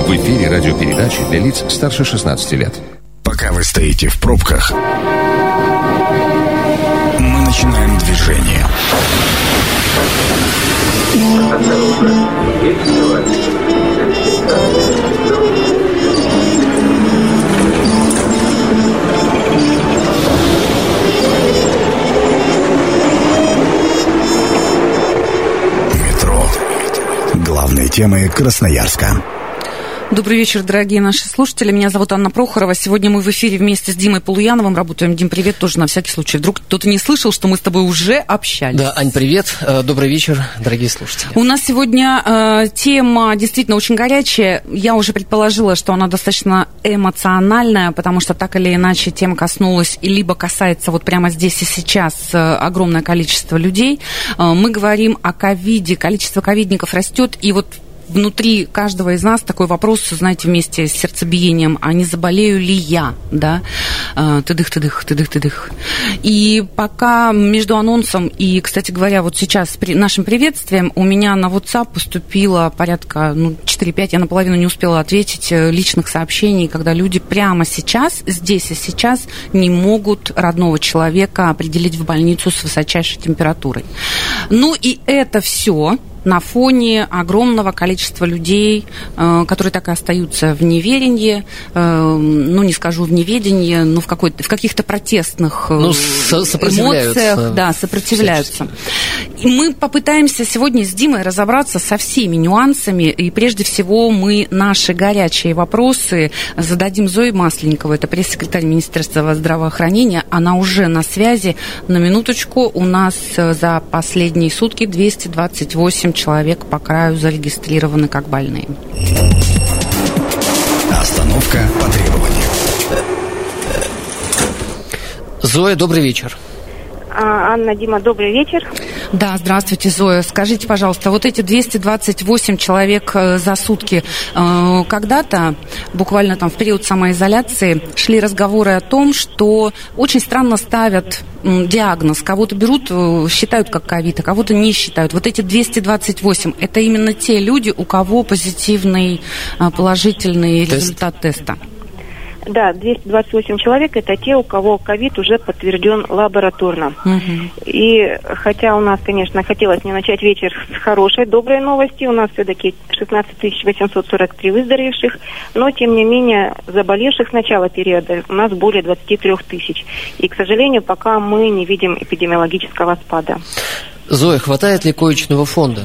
В эфире радиопередачи для лиц старше 16 лет. Пока вы стоите в пробках, мы начинаем движение. Метро. Главные темы Красноярска. Добрый вечер, дорогие наши слушатели. Меня зовут Анна Прохорова. Сегодня мы в эфире вместе с Димой Полуяновым работаем. Дим, привет, тоже на всякий случай. Вдруг кто-то не слышал, что мы с тобой уже общались. Да, Ань, привет. Добрый вечер, дорогие слушатели. У нас сегодня тема действительно очень горячая. Я уже предположила, что она достаточно эмоциональная, потому что так или иначе тема коснулась и либо касается вот прямо здесь и сейчас огромное количество людей. Мы говорим о ковиде. Количество ковидников растет, и вот внутри каждого из нас такой вопрос, знаете, вместе с сердцебиением, а не заболею ли я, да? Тыдых. И пока между анонсом и, кстати говоря, вот сейчас нашим приветствием у меня на WhatsApp поступило порядка 4-5, я наполовину не успела ответить, личных сообщений, когда люди прямо сейчас, здесь и сейчас не могут родного человека определить в больницу с высочайшей температурой. Ну и это все на фоне огромного количества людей, которые так и остаются в неверении, не скажу в неведении, но в каких-то протестных эмоциях, да, сопротивляются. И мы попытаемся сегодня с Димой разобраться со всеми нюансами, и прежде всего мы наши горячие вопросы зададим Зое Масленниковой, это пресс-секретарь Министерства здравоохранения, она уже на связи. На минуточку, у нас за последние сутки 228 человек по краю зарегистрированы как больные. Остановка по требованию. Зоя, добрый вечер. Анна, Дима, добрый вечер. Да, здравствуйте, Зоя. Скажите, пожалуйста, вот эти 228 человек за сутки, когда-то, буквально там в период самоизоляции, шли разговоры о том, что очень странно ставят диагноз. Кого-то берут, считают как ковид, а кого-то не считают. Вот эти 228, это именно те люди, у кого позитивный, положительный результат теста? Да, 228 человек – это те, у кого ковид уже подтвержден лабораторно. И хотя у нас, конечно, хотелось мне начать вечер с хорошей, доброй новости, у нас все-таки 16 843 выздоровевших, но, тем не менее, заболевших с начала периода у нас более 23 тысяч. И, к сожалению, пока мы не видим эпидемиологического спада. Зоя, хватает ли коечного фонда?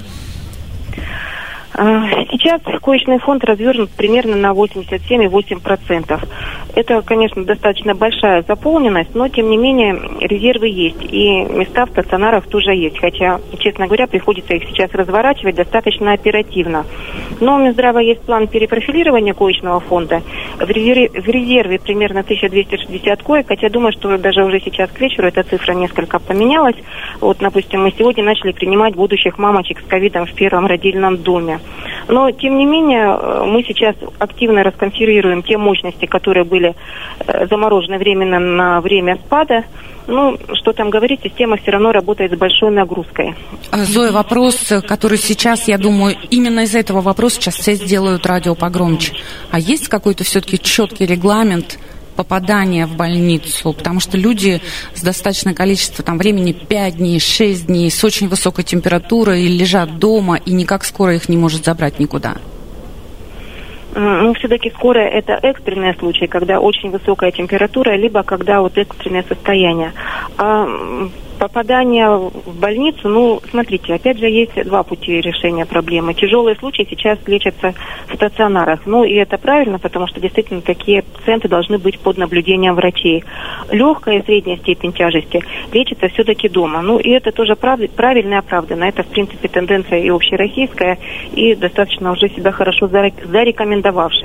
Сейчас коечный фонд развернут примерно на 87,8%. Это, конечно, достаточно большая заполненность, но, тем не менее, резервы есть. И места в стационарах тоже есть. Хотя, честно говоря, приходится их сейчас разворачивать достаточно оперативно. Но у Минздрава есть план перепрофилирования коечного фонда. В резерве примерно 1260 коек, хотя думаю, что даже уже сейчас к вечеру эта цифра несколько поменялась. Вот, допустим, мы сегодня начали принимать будущих мамочек с ковидом в первом родильном доме. Но, тем не менее, мы сейчас активно расконсервируем те мощности, которые были заморожены временно на время спада. Ну, что там говорить, система все равно работает с большой нагрузкой. Зоя, вопрос, который сейчас, я думаю, именно из-за этого вопроса сейчас все сделают радио погромче. А есть какой-то все-таки четкий регламент попадания в больницу, потому что люди с достаточное количество времени, 5 дней, 6 дней, с очень высокой температурой лежат дома, и никак скорая их не может забрать никуда. Ну, все-таки скорая – это экстренные случаи, когда очень высокая температура, либо когда вот экстренное состояние. Попадание в больницу, смотрите, опять же, есть два пути решения проблемы. Тяжелые случаи сейчас лечатся в стационарах. И это правильно, потому что действительно такие пациенты должны быть под наблюдением врачей. Легкая и средняя степень тяжести лечится все-таки дома. И это тоже правильно и оправданно. Это, в принципе, тенденция и общероссийская, и достаточно уже себя хорошо зарекомендовавшая.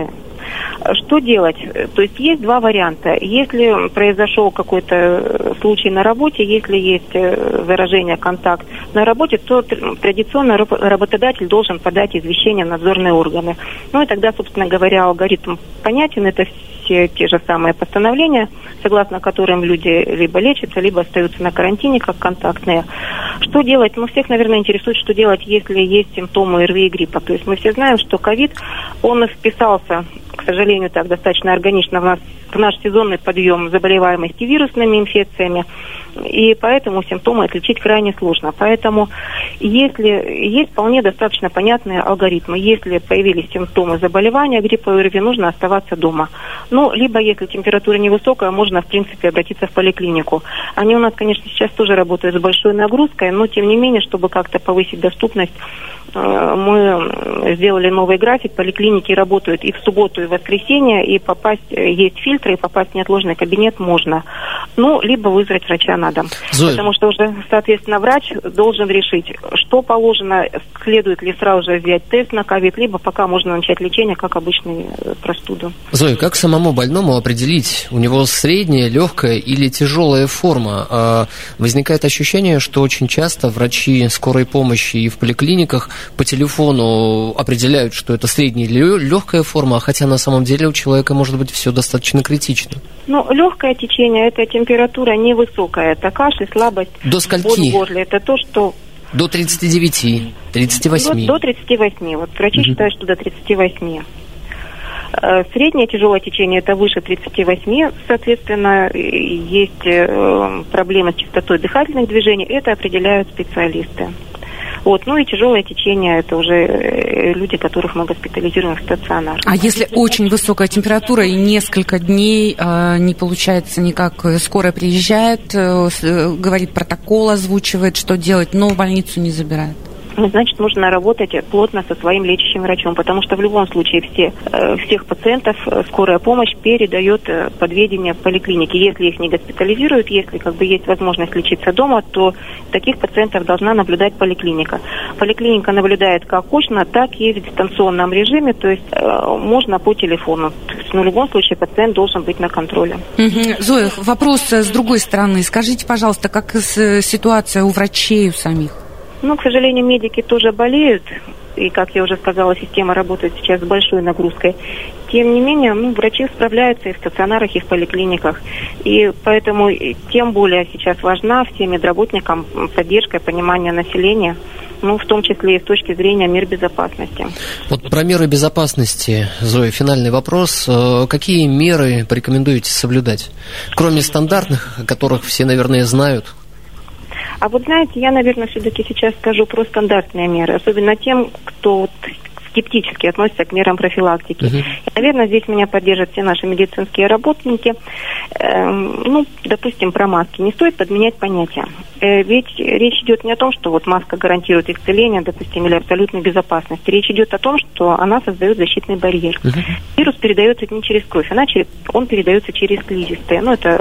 Что делать? То есть есть два варианта. Если произошел какой-то случай на работе, если есть заражение, контакт на работе, то традиционно работодатель должен подать извещение в надзорные органы. Ну и тогда, собственно говоря, алгоритм понятен. Это все те же самые постановления, согласно которым люди либо лечатся, либо остаются на карантине как контактные. Что делать? Ну, всех, наверное, интересует, что делать, если есть симптомы ОРВИ и гриппа. То есть мы все знаем, что ковид, он вписался, к сожалению, так достаточно органично в наш сезонный подъем заболеваемости вирусными инфекциями, и поэтому симптомы отличить крайне сложно. Поэтому если есть вполне достаточно понятные алгоритмы, если появились симптомы заболевания гриппа и ОРВИ, нужно оставаться дома. Ну, либо, если температура невысокая, можно, в принципе, обратиться в поликлинику. Они у нас, конечно, сейчас тоже работают с большой нагрузкой, но, тем не менее, чтобы как-то повысить доступность, мы сделали новый график. Поликлиники работают и в субботу, и в воскресенье, и попасть, есть фильтры, и попасть в неотложный кабинет можно. Ну, либо вызвать врача на дом. Зоя. Потому что уже, соответственно, врач должен решить, что положено, следует ли сразу же взять тест на ковид, либо пока можно начать лечение, как обычную простуду. Зоя, как самому больному определить, у него средняя, легкая или тяжелая форма? Возникает ощущение, что очень часто врачи скорой помощи и в поликлиниках по телефону определяют, что это средняя или легкая форма, хотя на самом деле у человека может быть все достаточно критично. Ну, легкое течение – это температура невысокая, это кашель, слабость, до скольки? боль в горле. Это то, что... До 39, 38. До 38. Вот врачи считают, что до 38. Среднее тяжелое течение – это выше 38. Соответственно, есть проблемы с частотой дыхательных движений. Это определяют специалисты. Вот. Ну и тяжелое течение – это уже люди, которых мы госпитализируем в стационар. А если очень высокая температура и несколько дней не получается никак, скорая приезжает, говорит протокол, озвучивает, что делать, но в больницу не забирает? Значит, нужно работать плотно со своим лечащим врачом, потому что в любом случае всех пациентов скорая помощь передает под ведение в поликлинике. Если их не госпитализируют, если есть возможность лечиться дома, то таких пациентов должна наблюдать поликлиника. Поликлиника наблюдает как очно, так и в дистанционном режиме, то есть можно по телефону. Но в любом случае пациент должен быть на контроле. Зоя, вопрос с другой стороны. Скажите, пожалуйста, как ситуация у врачей у самих? Ну, к сожалению, медики тоже болеют, и, как я уже сказала, система работает сейчас с большой нагрузкой. Тем не менее, врачи справляются и в стационарах, и в поликлиниках. И поэтому тем более сейчас важна всем медработникам поддержка и понимание населения, в том числе и с точки зрения мер безопасности. Вот про меры безопасности, Зоя, финальный вопрос. Какие меры порекомендуете соблюдать? Кроме стандартных, о которых все, наверное, знают. А вот знаете, я, наверное, все-таки сейчас скажу про стандартные меры, особенно тем, кто скептически относится к мерам профилактики. И, наверное, здесь меня поддержат все наши медицинские работники. Допустим, про маски. Не стоит подменять понятия. Ведь речь идет не о том, что маска гарантирует исцеление, допустим, или абсолютную безопасность. Речь идет о том, что она создает защитный барьер. Вирус передается не через кровь, он передается через слизистые. Это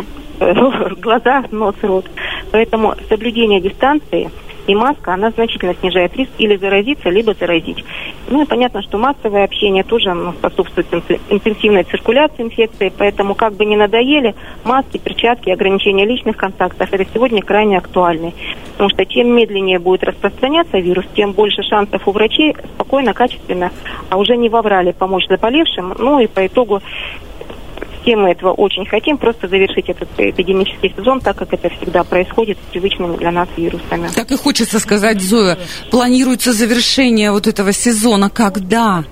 глаза, нос, рот. Поэтому соблюдение дистанции и маска, она значительно снижает риск или заразиться, либо заразить. И понятно, что массовое общение тоже способствует интенсивной циркуляции инфекции, поэтому как бы ни надоели, маски, перчатки, ограничения личных контактов, это сегодня крайне актуальны. Потому что чем медленнее будет распространяться вирус, тем больше шансов у врачей спокойно, качественно, а уже не воврали помочь заболевшим. И по итогу все мы этого очень хотим, просто завершить этот эпидемический сезон, так как это всегда происходит с привычными для нас вирусами. Так и хочется сказать, Зоя, планируется завершение этого сезона когда?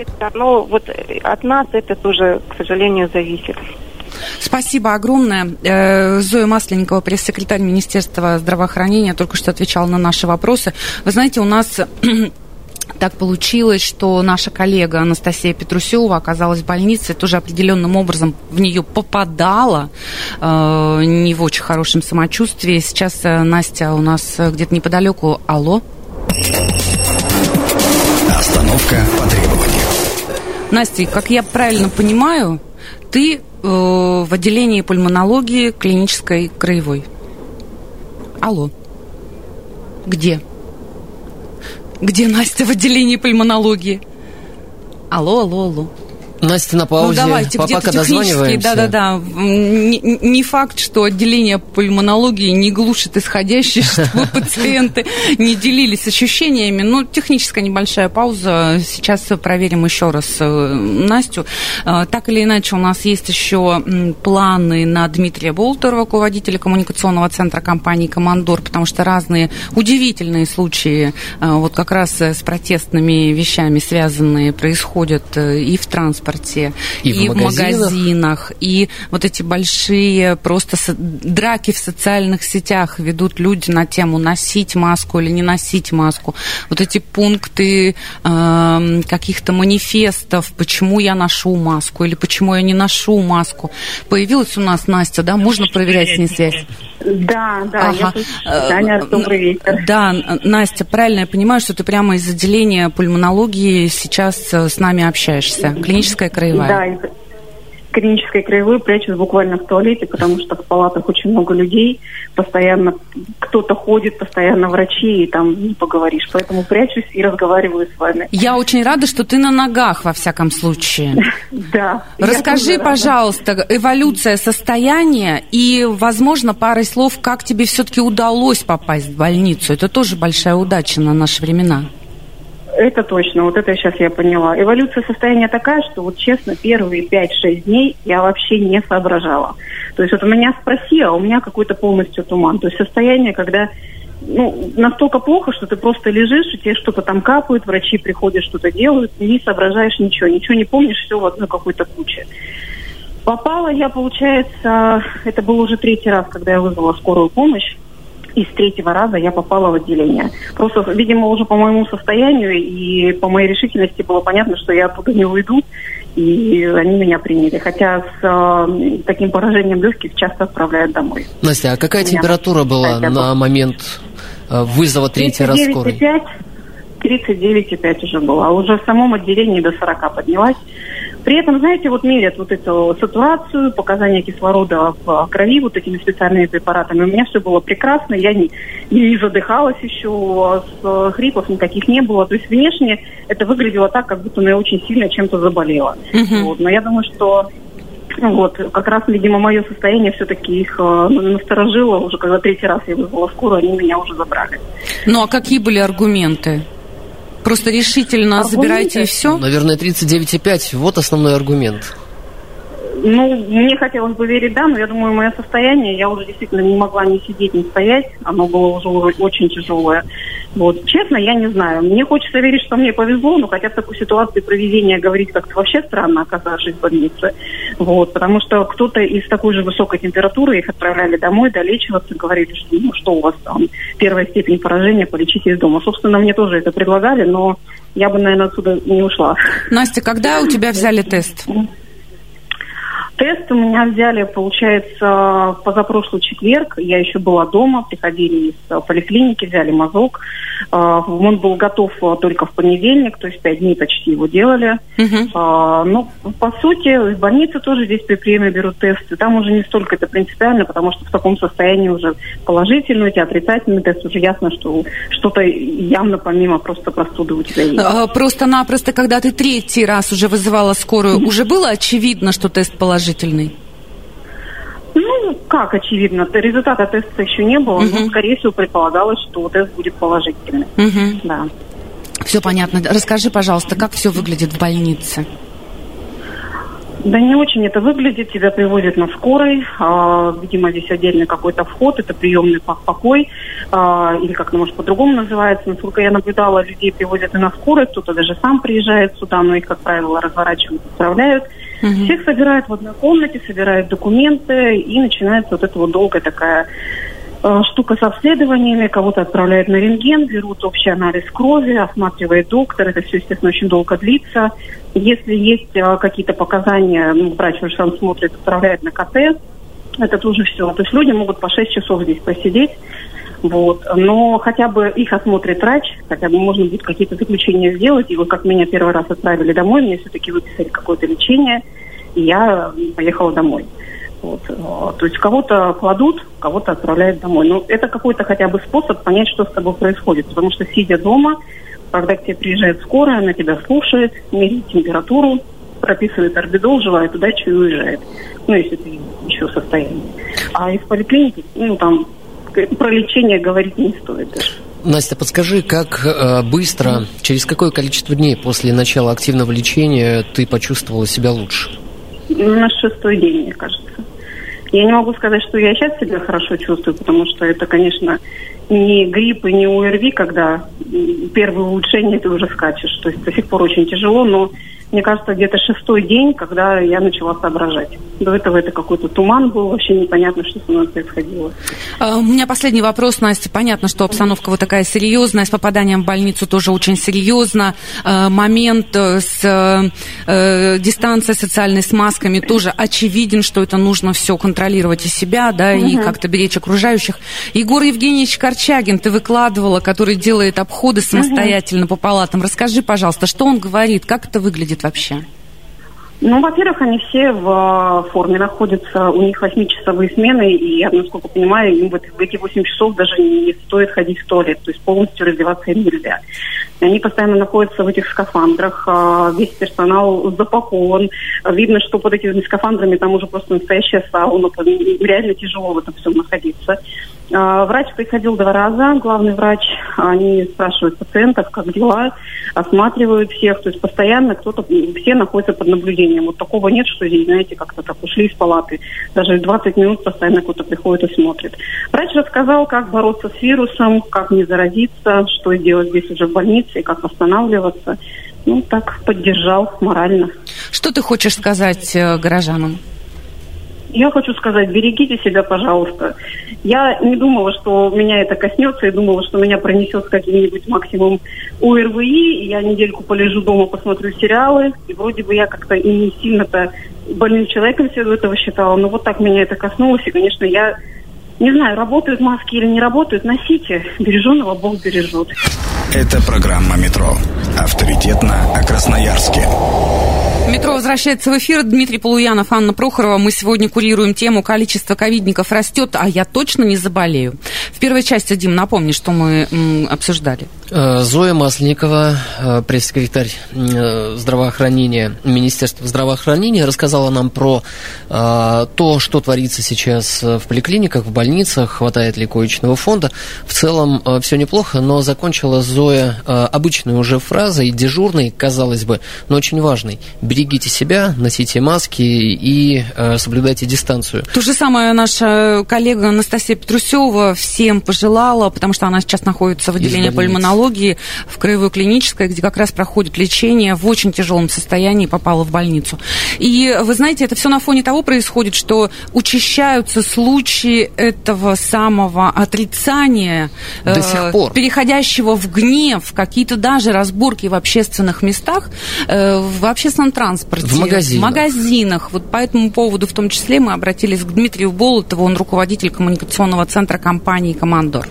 От нас это тоже, к сожалению, зависит. Спасибо огромное. Зоя Масленникова, пресс-секретарь Министерства здравоохранения, только что отвечала на наши вопросы. Вы знаете, у нас... Так получилось, что наша коллега Анастасия Петрусева оказалась в больнице, тоже определенным образом в нее попадала, не в очень хорошем самочувствии. Сейчас Настя у нас где-то неподалеку. Алло. Остановка по требованию. Настя, как я правильно понимаю, ты в отделении пульмонологии клинической краевой. Алло. Где? Где Настя в отделении пульмонологии? Алло. Настя на паузе, давайте, пока дозваниваемся. Да. Не факт, что отделение пульмонологии не глушит исходящее, чтобы пациенты не делились ощущениями. Но техническая небольшая пауза. Сейчас проверим еще раз Настю. Так или иначе, у нас есть еще планы на Дмитрия Болтера, руководителя коммуникационного центра компании «Командор», потому что разные удивительные случаи вот как раз с протестными вещами связанные происходят и в транспорте, и в магазинах, и вот эти большие просто драки в социальных сетях ведут люди на тему носить маску или не носить маску. Вот эти пункты каких-то манифестов, почему я ношу маску или почему я не ношу маску. Появилась у нас Настя, да? Можно проверять с ней связь? Да, ага. Таня, добрый вечер. Да, Настя, правильно я понимаю, что ты прямо из отделения пульмонологии сейчас с нами общаешься? Клиническая краевая. Да, из клинической краевой прячусь буквально в туалете, потому что в палатах очень много людей, постоянно кто-то ходит, постоянно врачи, и там не поговоришь. Поэтому прячусь и разговариваю с вами. Я очень рада, что ты на ногах, во всяком случае. Да. Расскажи, пожалуйста, эволюция состояния и, возможно, парой слов, как тебе все-таки удалось попасть в больницу. Это тоже большая удача на наши времена. Это точно, вот это сейчас я поняла. Эволюция состояния такая, что вот честно, первые 5-6 дней я вообще не соображала. То есть вот у меня спроси, а у меня какой-то полностью туман. То есть состояние, когда настолько плохо, что ты просто лежишь, и тебе что-то там капают, врачи приходят, что-то делают, не соображаешь ничего не помнишь, все в одной какой-то куче. Попала я, получается, это был уже 3-й раз, когда я вызвала скорую помощь. И с 3-го раза я попала в отделение. Просто, видимо, уже по моему состоянию и по моей решительности было понятно, что я оттуда не уйду, и они меня приняли. Хотя с таким поражением легких часто отправляют домой. Настя, а какая температура была на момент вызова 3-й раз скорой? 39,5 уже была. Уже в самом отделении до 40 поднялась. При этом, знаете, вот мерят вот эту сатурацию, показания кислорода в крови вот этими специальными препаратами. У меня все было прекрасно, я не задыхалась еще, с хрипов никаких не было. То есть внешне это выглядело так, как будто я очень сильно чем-то заболела. Вот. Но я думаю, что как раз, видимо, мое состояние все-таки их насторожило. Уже когда 3-й раз я вызвала скорую, они меня уже забрали. Ну, а какие были аргументы? Просто решительно забирайте и все? Наверное, 39,5. Вот основной аргумент. Мне хотелось бы верить, да, но я думаю, мое состояние, я уже действительно не могла ни сидеть, ни стоять. Оно было уже очень тяжелое. Вот. Честно, я не знаю. Мне хочется верить, что мне повезло, но хотя в такой ситуации проведения говорить как-то вообще странно, оказавшись в больнице. Вот. Потому что кто-то из такой же высокой температуры их отправляли домой долечиваться, говорили, что что у вас там, 1-я степень поражения, полечите из дома. Собственно, мне тоже это предлагали, но я бы, наверное, отсюда не ушла. Настя, когда у тебя взяли тест? Тест у меня взяли, получается, позапрошлый четверг. Я еще была дома, приходили из поликлиники, взяли мазок. Он был готов только в понедельник, то есть 5 дней почти его делали. Но, по сути, в больнице тоже здесь при приеме берут тесты. Там уже не столько это принципиально, потому что в таком состоянии уже положительный, у тебя отрицательный тест, уже ясно, что что-то явно помимо просто простуды у тебя есть. Просто-напросто, когда ты 3-й раз уже вызывала скорую, уже было очевидно, что тест положительный? Как очевидно, результата теста еще не было, но, скорее всего, предполагалось, что тест будет положительный. Да. Все понятно. Расскажи, пожалуйста, как все выглядит в больнице? Да не очень это выглядит. Тебя привозят на скорой. Видимо, здесь отдельный какой-то вход. Это приемный покой. Или как оно, может, по-другому называется. Насколько я наблюдала, людей привозят и на скорой. Кто-то даже сам приезжает сюда, но их, как правило, разворачивают, отправляют. Всех собирают в одной комнате, собирают документы, и начинается вот эта вот долгая такая штука с обследованиями. Кого-то отправляют на рентген, берут общий анализ крови, осматривает доктор. Это все, естественно, очень долго длится. Если есть какие-то показания, врач уже сам смотрит, отправляет на КТ. Это тоже все. То есть люди могут по 6 часов здесь посидеть. Вот. Но хотя бы их осмотрит врач, хотя бы можно будет какие-то заключения сделать. И вот как меня 1-й раз отправили домой, мне все-таки выписали какое-то лечение, и я поехала домой. Вот. То есть кого-то кладут, кого-то отправляют домой. Но это какой-то хотя бы способ понять, что с тобой происходит. Потому что, сидя дома, когда к тебе приезжает скорая, она тебя слушает, меряет температуру, прописывает орбидол, желает удачи и уезжает. Ну, если это еще состояние. А из поликлиники, там про лечение говорить не стоит даже. Настя, подскажи, как быстро, через какое количество дней после начала активного лечения ты почувствовала себя лучше? На 6-й день, мне кажется. Я не могу сказать, что я сейчас себя хорошо чувствую, потому что это, конечно, не грипп и не ОРВИ, когда первое улучшение ты уже скачешь. То есть до сих пор очень тяжело, но мне кажется, где-то 6-й день, когда я начала соображать. До этого это какой-то туман был, вообще непонятно, что со мной происходило. У меня последний вопрос, Настя. Понятно, что обстановка вот такая серьезная, с попаданием в больницу тоже очень серьезно. Момент с дистанцией социальной, с масками тоже очевиден, что это нужно все контролировать и себя, да, и как-то беречь окружающих. Егор Евгеньевич Корчагин, ты выкладывала, который делает обходы самостоятельно по палатам. Расскажи, пожалуйста, что он говорит, как это выглядит вообще? Ну, во-первых, они все в форме находятся, у них 8-часовые смены, и я, насколько понимаю, им в эти 8 часов даже не стоит ходить в туалет, то есть полностью раздеваться им нельзя. Они постоянно находятся в этих скафандрах, весь персонал запакован, видно, что под этими скафандрами там уже просто настоящая сауна, реально тяжело в этом всем находиться. Врач приходил 2 раза, главный врач, они спрашивают пациентов, как дела, осматривают всех, то есть постоянно все находятся под наблюдением. Вот такого нет, что здесь, знаете, как-то так ушли из палаты. Даже 20 минут постоянно кто-то приходит и смотрит. Врач рассказал, как бороться с вирусом, как не заразиться, что делать здесь уже в больнице и как восстанавливаться. Ну, так поддержал морально. Что ты хочешь сказать горожанам? Я хочу сказать, берегите себя, пожалуйста. Я не думала, что меня это коснется, я думала, что меня пронесет с каким-нибудь максимум ОРВИ, и я недельку полежу дома, посмотрю сериалы, и вроде бы я как-то и не сильно-то больным человеком себя до этого считала, но вот так меня это коснулось, и, конечно, я не знаю, работают маски или не работают, носите, береженого Бог бережет. Это программа «Метро». Авторитетно о Красноярске. Метро возвращается в эфир. Дмитрий Полуянов, Анна Прохорова. Мы сегодня курируем тему «Количество ковидников растет, а я точно не заболею». В первой части, Дим, напомни, что мы обсуждали. Зоя Масленникова, пресс-секретарь здравоохранения, Министерства здравоохранения, рассказала нам про то, что творится сейчас в поликлиниках, в больницах, хватает ли коечного фонда. В целом все неплохо, но закончила Зоя обычной уже фразой, дежурной, казалось бы, но очень важной. Берегите себя, носите маски и соблюдайте дистанцию. То же самое наша коллега Анастасия Петрусева всем пожелала, потому что она сейчас находится в отделении пульмонологии в Краевой клинической, где как раз проходит лечение, в очень тяжелом состоянии попала в больницу. И вы знаете, это все на фоне того происходит, что учащаются случаи этого самого отрицания, до сих пор, переходящего в гнев, какие-то даже разборки в общественных местах, в общественном транспорте, в магазинах. Вот по этому поводу в том числе мы обратились к Дмитрию Болотову, он руководитель коммуникационного центра компании «Командор».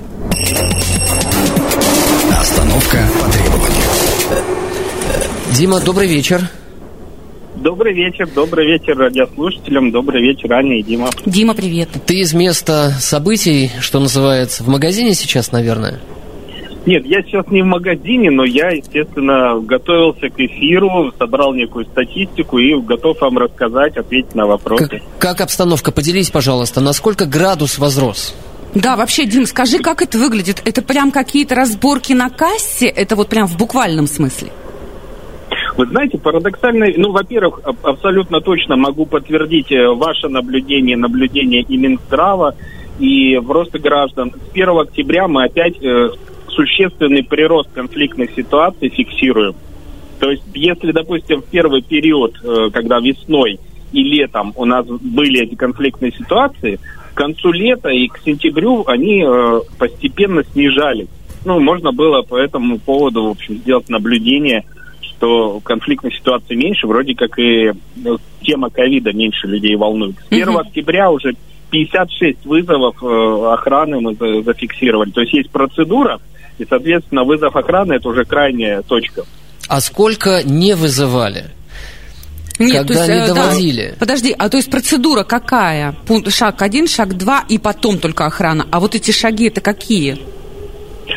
Остановка по требованию. Дима, добрый вечер. Добрый вечер радиослушателям, добрый вечер, Аня и Дима. Дима, привет. Ты из места событий, что называется, в магазине сейчас, наверное? Нет, я сейчас не в магазине, но я, естественно, готовился к эфиру, собрал некую статистику и готов вам рассказать, ответить на вопросы. Как обстановка? Поделись, пожалуйста, насколько градус возрос? Да, вообще, Дим, скажи, как это выглядит? Это прям какие-то разборки на кассе? Это вот прям в буквальном смысле? Вы знаете, парадоксально, во-первых, абсолютно точно могу подтвердить ваше наблюдение и Минздрава, и просто граждан. С 1 октября мы опять существенный прирост конфликтных ситуаций фиксируем. То есть, если, допустим, в первый период, когда весной и летом у нас были эти конфликтные ситуации, к концу лета и к сентябрю они постепенно снижались. Можно было по этому поводу, в общем, сделать наблюдение, что конфликтных ситуаций меньше, вроде как и тема ковида меньше людей волнует. С 1 октября уже 56 вызовов охраны мы зафиксировали. То есть есть процедура, и, соответственно, вызов охраны – это уже крайняя точка. А сколько не вызывали? Нет, когда то есть, не доводили? Да, подожди, а то есть процедура какая? Шаг 1, шаг 2, и потом только охрана. А вот эти шаги – это какие?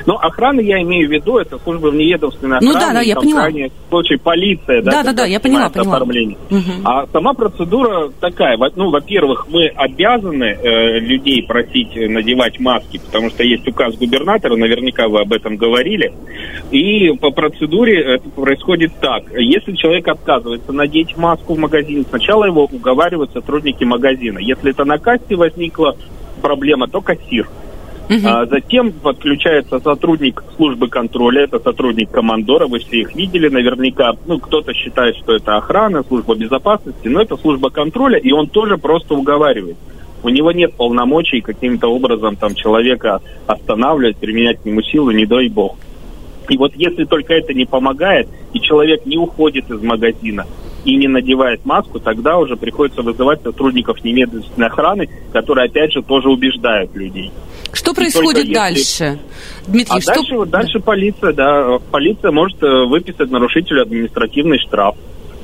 Но охрана, я имею в виду, это служба вневедомственной охраны. Ну да, я поняла. В случае полиция, да, я поняла. Оформление. А сама процедура такая. Во-первых, мы обязаны людей просить надевать маски, потому что есть указ губернатора, наверняка вы об этом говорили. И по процедуре это происходит так. Если человек отказывается надеть маску в магазине, сначала его уговаривают сотрудники магазина. Если это на кассе возникла проблема, то кассир. Затем подключается сотрудник службы контроля, это сотрудник командора, вы все их видели наверняка. Кто-то считает, что это охрана, служба безопасности, но это служба контроля, и он тоже просто уговаривает. У него нет полномочий каким-то образом там человека останавливать, применять к нему силу, не дай бог. И вот если только это не помогает, и человек не уходит из магазина и не надевает маску, тогда уже приходится вызывать сотрудников немедленной охраны, которые, опять же, тоже убеждают людей. Что происходит дальше, Дмитрий? Дальше полиция, да. Полиция может выписать нарушителю административный штраф.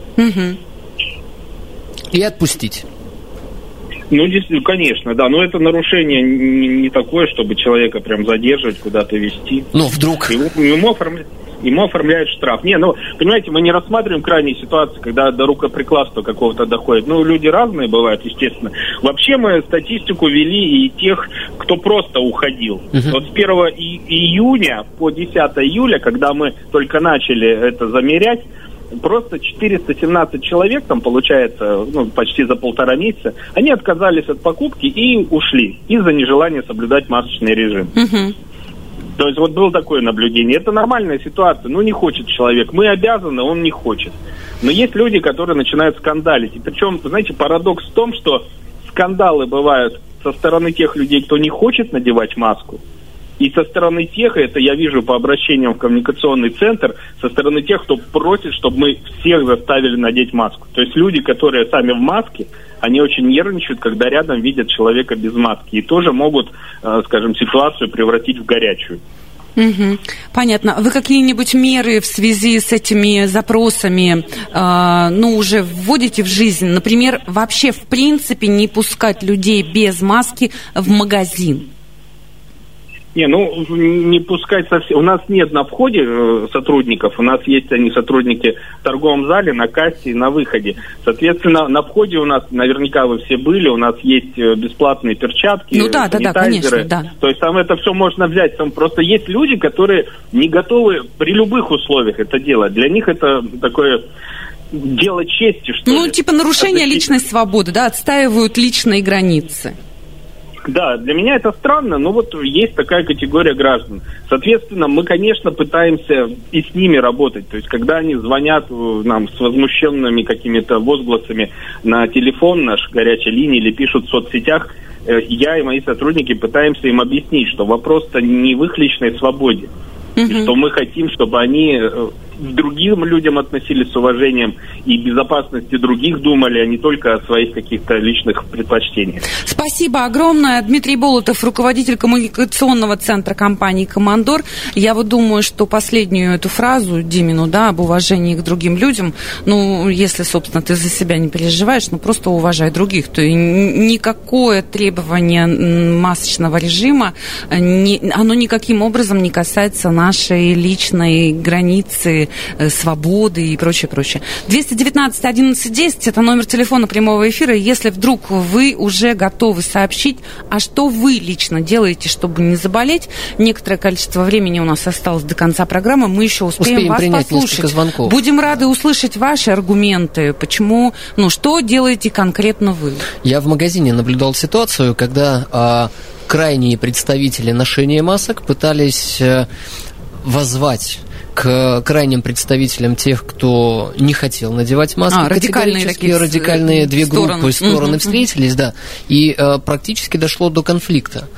И отпустить. Действительно, конечно, да. Но это нарушение не такое, чтобы человека прям задерживать, куда-то везти. Вдруг... Ему оформляют штраф. Понимаете, мы не рассматриваем крайние ситуации, когда до рукоприкладства какого-то доходит. Люди разные бывают, естественно. Вообще мы статистику вели и тех, кто просто уходил. Вот с 1 июня по 10 июля, когда мы только начали это замерять, просто 417 человек, там получается, почти за 1,5 месяца, они отказались от покупки и ушли из-за нежелания соблюдать масочный режим. То есть вот было такое наблюдение. Это нормальная ситуация. Не хочет человек. Мы обязаны, он не хочет. Но есть люди, которые начинают скандалить. И причем, знаете, парадокс в том, что скандалы бывают со стороны тех людей, кто не хочет надевать маску, и со стороны тех, это я вижу по обращениям в коммуникационный центр, со стороны тех, кто просит, чтобы мы всех заставили надеть маску. То есть люди, которые сами в маске, они очень нервничают, когда рядом видят человека без маски. И тоже могут, скажем, ситуацию превратить в горячую. Понятно. Вы какие-нибудь меры в связи с этими запросами уже вводите в жизнь? Например, вообще в принципе не пускать людей без маски в магазин? Не пускать совсем. У нас нет на входе сотрудников, у нас есть они сотрудники в торговом зале, на кассе и на выходе. Соответственно, на входе у нас, наверняка вы все были, у нас есть бесплатные перчатки, санитайзеры. Конечно, да. То есть там это все можно взять. Там просто есть люди, которые не готовы при любых условиях это делать. Для них это такое... дело чести, что ли. Типа нарушение личной свободы, да, отстаивают личные границы. Да, для меня это странно, но есть такая категория граждан. Соответственно, мы, конечно, пытаемся и с ними работать. То есть, когда они звонят нам с возмущенными какими-то возгласами на телефон наш, горячая линия, или пишут в соцсетях, я и мои сотрудники пытаемся им объяснить, что вопрос-то не в их личной свободе. И что мы хотим, чтобы они к другим людям относились с уважением и безопасности других думали, а не только о своих каких-то личных предпочтениях. Спасибо огромное. Дмитрий Болотов, руководитель коммуникационного центра компании «Командор». Я думаю, что последнюю эту фразу Димину, об уважении к другим людям, если, собственно, ты за себя не переживаешь, просто уважай других. То есть никакое требование масочного режима, оно никаким образом не касается нашей личной границы, свободы и прочее. 219-11-10 это номер телефона прямого эфира. Если вдруг вы уже готовы сообщить, а что вы лично делаете, чтобы не заболеть, некоторое количество времени у нас осталось до конца программы, мы еще успеем вас принять послушать. Несколько звонков. Будем рады услышать ваши аргументы, почему, что делаете конкретно вы. Я в магазине наблюдал ситуацию, когда крайние представители ношения масок пытались воззвать к крайним представителям тех, кто не хотел надевать маски. Радикальные две группы стороны встретились, да, и практически дошло до конфликта.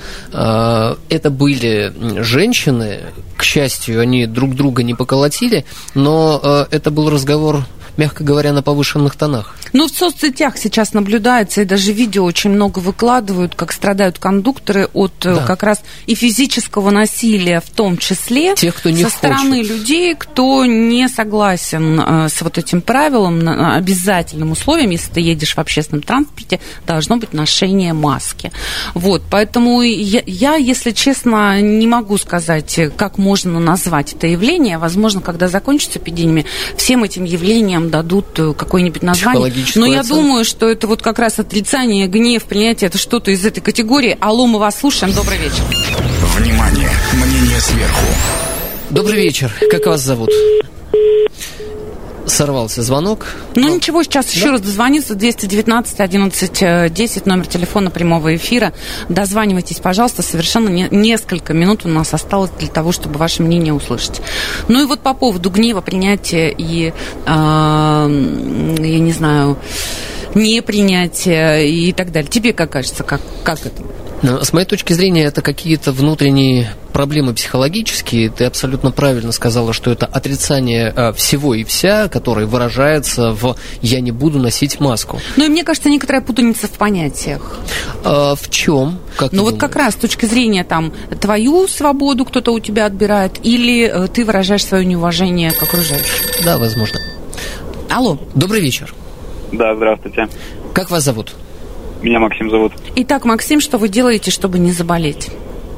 Это были женщины, к счастью, они друг друга не поколотили, но это был разговор, мягко говоря, на повышенных тонах. Ну, в соцсетях сейчас наблюдается, и даже видео очень много выкладывают, как страдают кондукторы от как раз и физического насилия, в том числе тех, кто не со стороны людей, кто не согласен с вот этим правилом, обязательным условием, если ты едешь в общественном транспорте, должно быть ношение маски. Вот, поэтому я, если честно, не могу сказать, как можно назвать это явление. Возможно, когда закончится эпидемия, всем этим явлениям дадут какое-нибудь название. Но я думаю, что это вот как раз отрицание, гнев, принятие, это что-то из этой категории. Алло, мы вас слушаем. Добрый вечер. Внимание! Мнение сверху. Добрый вечер. Как вас зовут? Сорвался звонок. Ну ничего, сейчас еще раз дозвониться. 219-11-10, номер телефона прямого эфира. Дозванивайтесь, пожалуйста. Совершенно несколько минут у нас осталось для того, чтобы ваше мнение услышать. Ну и вот по поводу гнева, принятия и, я не знаю, непринятия и так далее. Тебе как кажется, как это? С моей точки зрения, это какие-то внутренние проблемы психологические. Ты абсолютно правильно сказала, что это отрицание всего и вся, которое выражается в «я не буду носить маску». Ну и мне кажется, некоторая путаница в понятиях. В чем? Ну вот как раз с точки зрения там твою свободу кто-то у тебя отбирает, или ты выражаешь свое неуважение к окружающим? Да, возможно. Алло. Добрый вечер. Да, здравствуйте. Как вас зовут? Меня Максим зовут. Итак, Максим, что вы делаете, чтобы не заболеть?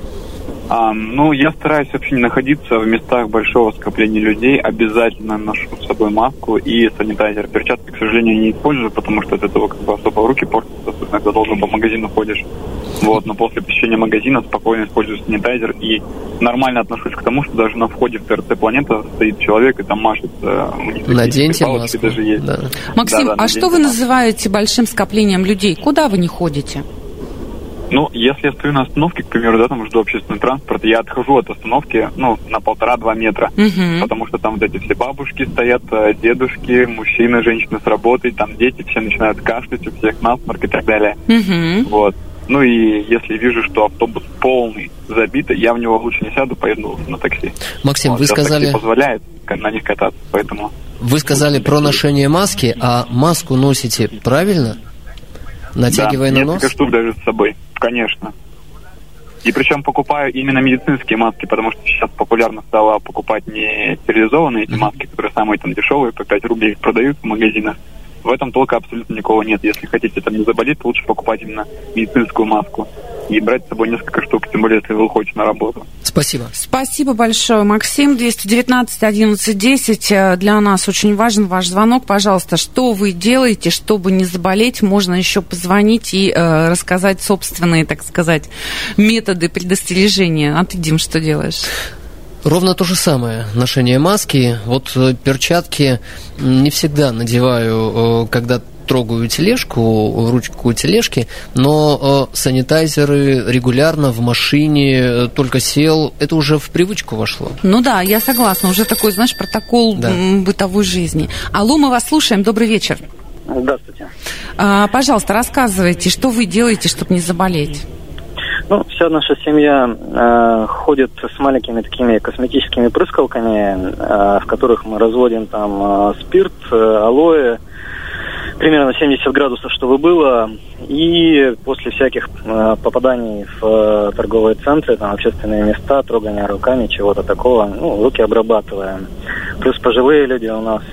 Я стараюсь вообще не находиться в местах большого скопления людей. Обязательно ношу с собой маску и санитайзер. Перчатки, к сожалению, не использую, потому что от этого особо руки портятся, особенно когда долго по магазину ходишь. Вот, но после посещения магазина спокойно использую санитайзер и нормально отношусь к тому, что даже на входе в ТРЦ «Планета» стоит человек и там машет. Наденьте маску. Даже есть. Да. Максим, а что вы называете большим скоплением людей? Куда вы не ходите? Ну, если я стою на остановке, к примеру, да, там жду общественный транспорт, я отхожу от остановки, на 1,5-2 метра, потому что там вот эти все бабушки стоят, дедушки, мужчины, женщины с работы, там дети, все начинают кашлять, у всех насморк и так далее. Вот. Ну и если вижу, что автобус полный, забитый, я в него лучше не сяду, поеду на такси. Максим, вы сказали... Такси позволяет на них кататься, поэтому... Вы сказали про ношение маски, а маску носите правильно? Натягивая на нос? Несколько штук даже с собой, конечно. И причем покупаю именно медицинские маски, потому что сейчас популярно стало покупать не стерилизованные эти маски, которые самые там дешевые, по 5 рублей продают в магазинах. В этом толка абсолютно никого нет. Если хотите там не заболеть, лучше покупать именно медицинскую маску и брать с собой несколько штук, тем более, если вы уходите на работу. Спасибо. Спасибо большое, Максим. 219-11-10. Для нас очень важен ваш звонок. Пожалуйста, что вы делаете, чтобы не заболеть? Можно еще позвонить и рассказать собственные, так сказать, методы предостережения. А ты, Дим, что делаешь? Ровно то же самое. Ношение маски. Вот перчатки не всегда надеваю, когда трогаю тележку, ручку тележки, но санитайзеры регулярно в машине, только сел, это уже в привычку вошло. Ну да, я согласна, уже такой, знаешь, протокол бытовой жизни. Алло, мы вас слушаем, добрый вечер. Здравствуйте. Пожалуйста, рассказывайте, что вы делаете, чтобы не заболеть? Ну, вся наша семья ходит с маленькими такими косметическими прыскалками, в которых мы разводим там спирт, алоэ, примерно 70 градусов, чтобы было. И после всяких попаданий в торговые центры, там, общественные места, трогания руками, чего-то такого, руки обрабатываем. Плюс пожилые люди у нас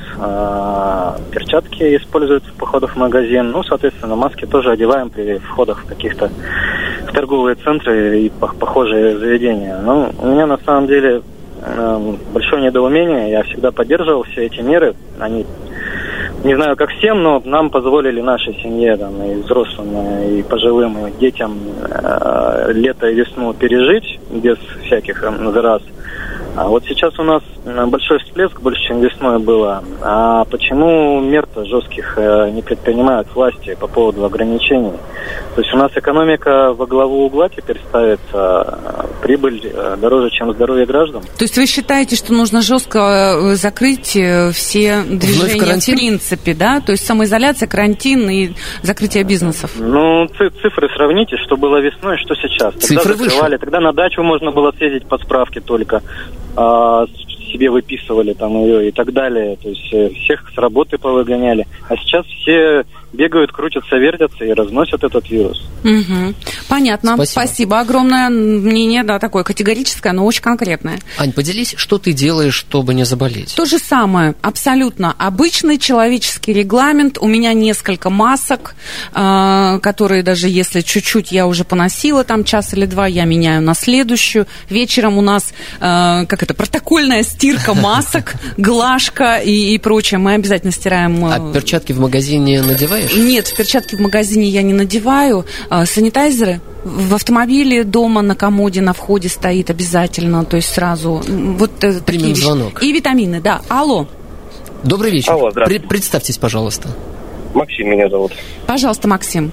перчатки используют в походах в магазин. Соответственно, маски тоже одеваем при входах в каких-то в торговые центры и похожие заведения. У меня на самом деле большое недоумение. Я всегда поддерживал все эти меры. Они, не знаю, как всем, но нам позволили нашей семье, и взрослым, и пожилым, и детям лето и весну пережить без всяких зараз. А вот сейчас у нас большой всплеск, больше, чем весной было. А почему мер-то жестких не предпринимают власти по поводу ограничений? То есть у нас экономика во главу угла теперь ставится, прибыль дороже, чем здоровье граждан. То есть вы считаете, что нужно жестко закрыть все движения в принципе, да? То есть самоизоляция, карантин и закрытие бизнесов? Цифры сравните, что было весной, что сейчас. Тогда цифры закрывали, выше. Тогда на дачу можно было съездить по справке только. себе выписывали там ее и так далее. То есть всех с работы повыгоняли. А сейчас все бегают, крутятся, вертятся и разносят этот вирус. Угу. Понятно. Спасибо огромное. Мнение, да, такое категорическое, но очень конкретное. Ань, поделись, что ты делаешь, чтобы не заболеть? То же самое, абсолютно. Обычный человеческий регламент. У меня несколько масок, которые даже если чуть-чуть я уже поносила, там час или два, я меняю на следующую. Вечером у нас, протокольная стирка масок, глажка и прочее. Мы обязательно стираем. А перчатки в магазине надеваешь? Нет, перчатки в магазине я не надеваю. Санитайзеры в автомобиле, дома, на комоде, на входе стоит обязательно. То есть сразу. Примем звонок. И витамины, да. Алло. Добрый вечер. Алло, здравствуйте. Представьтесь, пожалуйста. Максим меня зовут. Пожалуйста, Максим.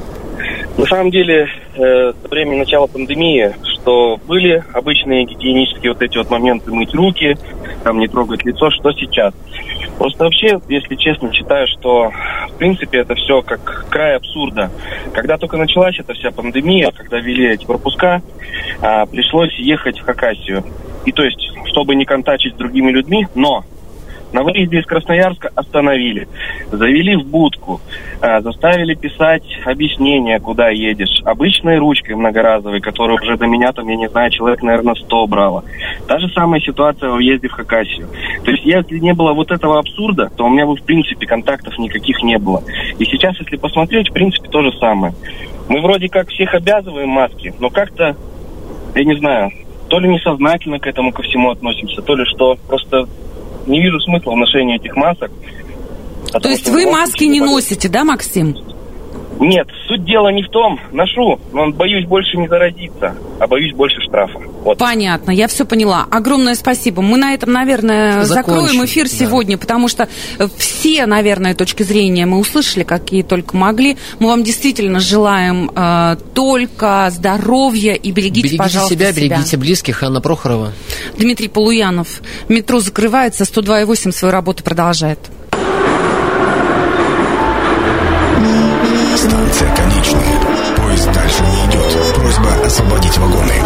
На самом деле, со времени начала пандемии, что были обычные гигиенические вот эти вот моменты мыть руки, там не трогать лицо, что сейчас. Просто вообще, если честно, считаю, что в принципе это все как край абсурда. Когда только началась эта вся пандемия, когда ввели эти пропуска, пришлось ехать в Хакасию. И то есть, чтобы не контактить с другими людьми, но на выезде из Красноярска остановили, завели в будку, заставили писать объяснение, куда едешь, обычной ручкой многоразовой, которую уже до меня, там, я не знаю, человек, наверное, 100 брала. Та же самая ситуация во въезде в Хакасию. То есть, если не было вот этого абсурда, то у меня бы, в принципе, контактов никаких не было. И сейчас, если посмотреть, в принципе, то же самое. Мы вроде как всех обязываем маски, но как-то, я не знаю, то ли несознательно к этому ко всему относимся, то ли что, просто... Не вижу смысла в ношении этих масок. То есть вы маски не носите, да, Максим? Нет, суть дела не в том. Ношу, но боюсь больше не заразиться, а боюсь больше штрафа. Вот. Понятно, я все поняла. Огромное спасибо. Мы на этом, наверное, закроем эфир сегодня, потому что все, наверное, точки зрения мы услышали, какие только могли. Мы вам действительно желаем только здоровья и берегите, пожалуйста, себя. Берегите близких. Анна Прохорова. Дмитрий Полуянов. Метро закрывается, 102.8 свою работу продолжает. Станция конечная. Поезд дальше не идет. Просьба освободить вагоны.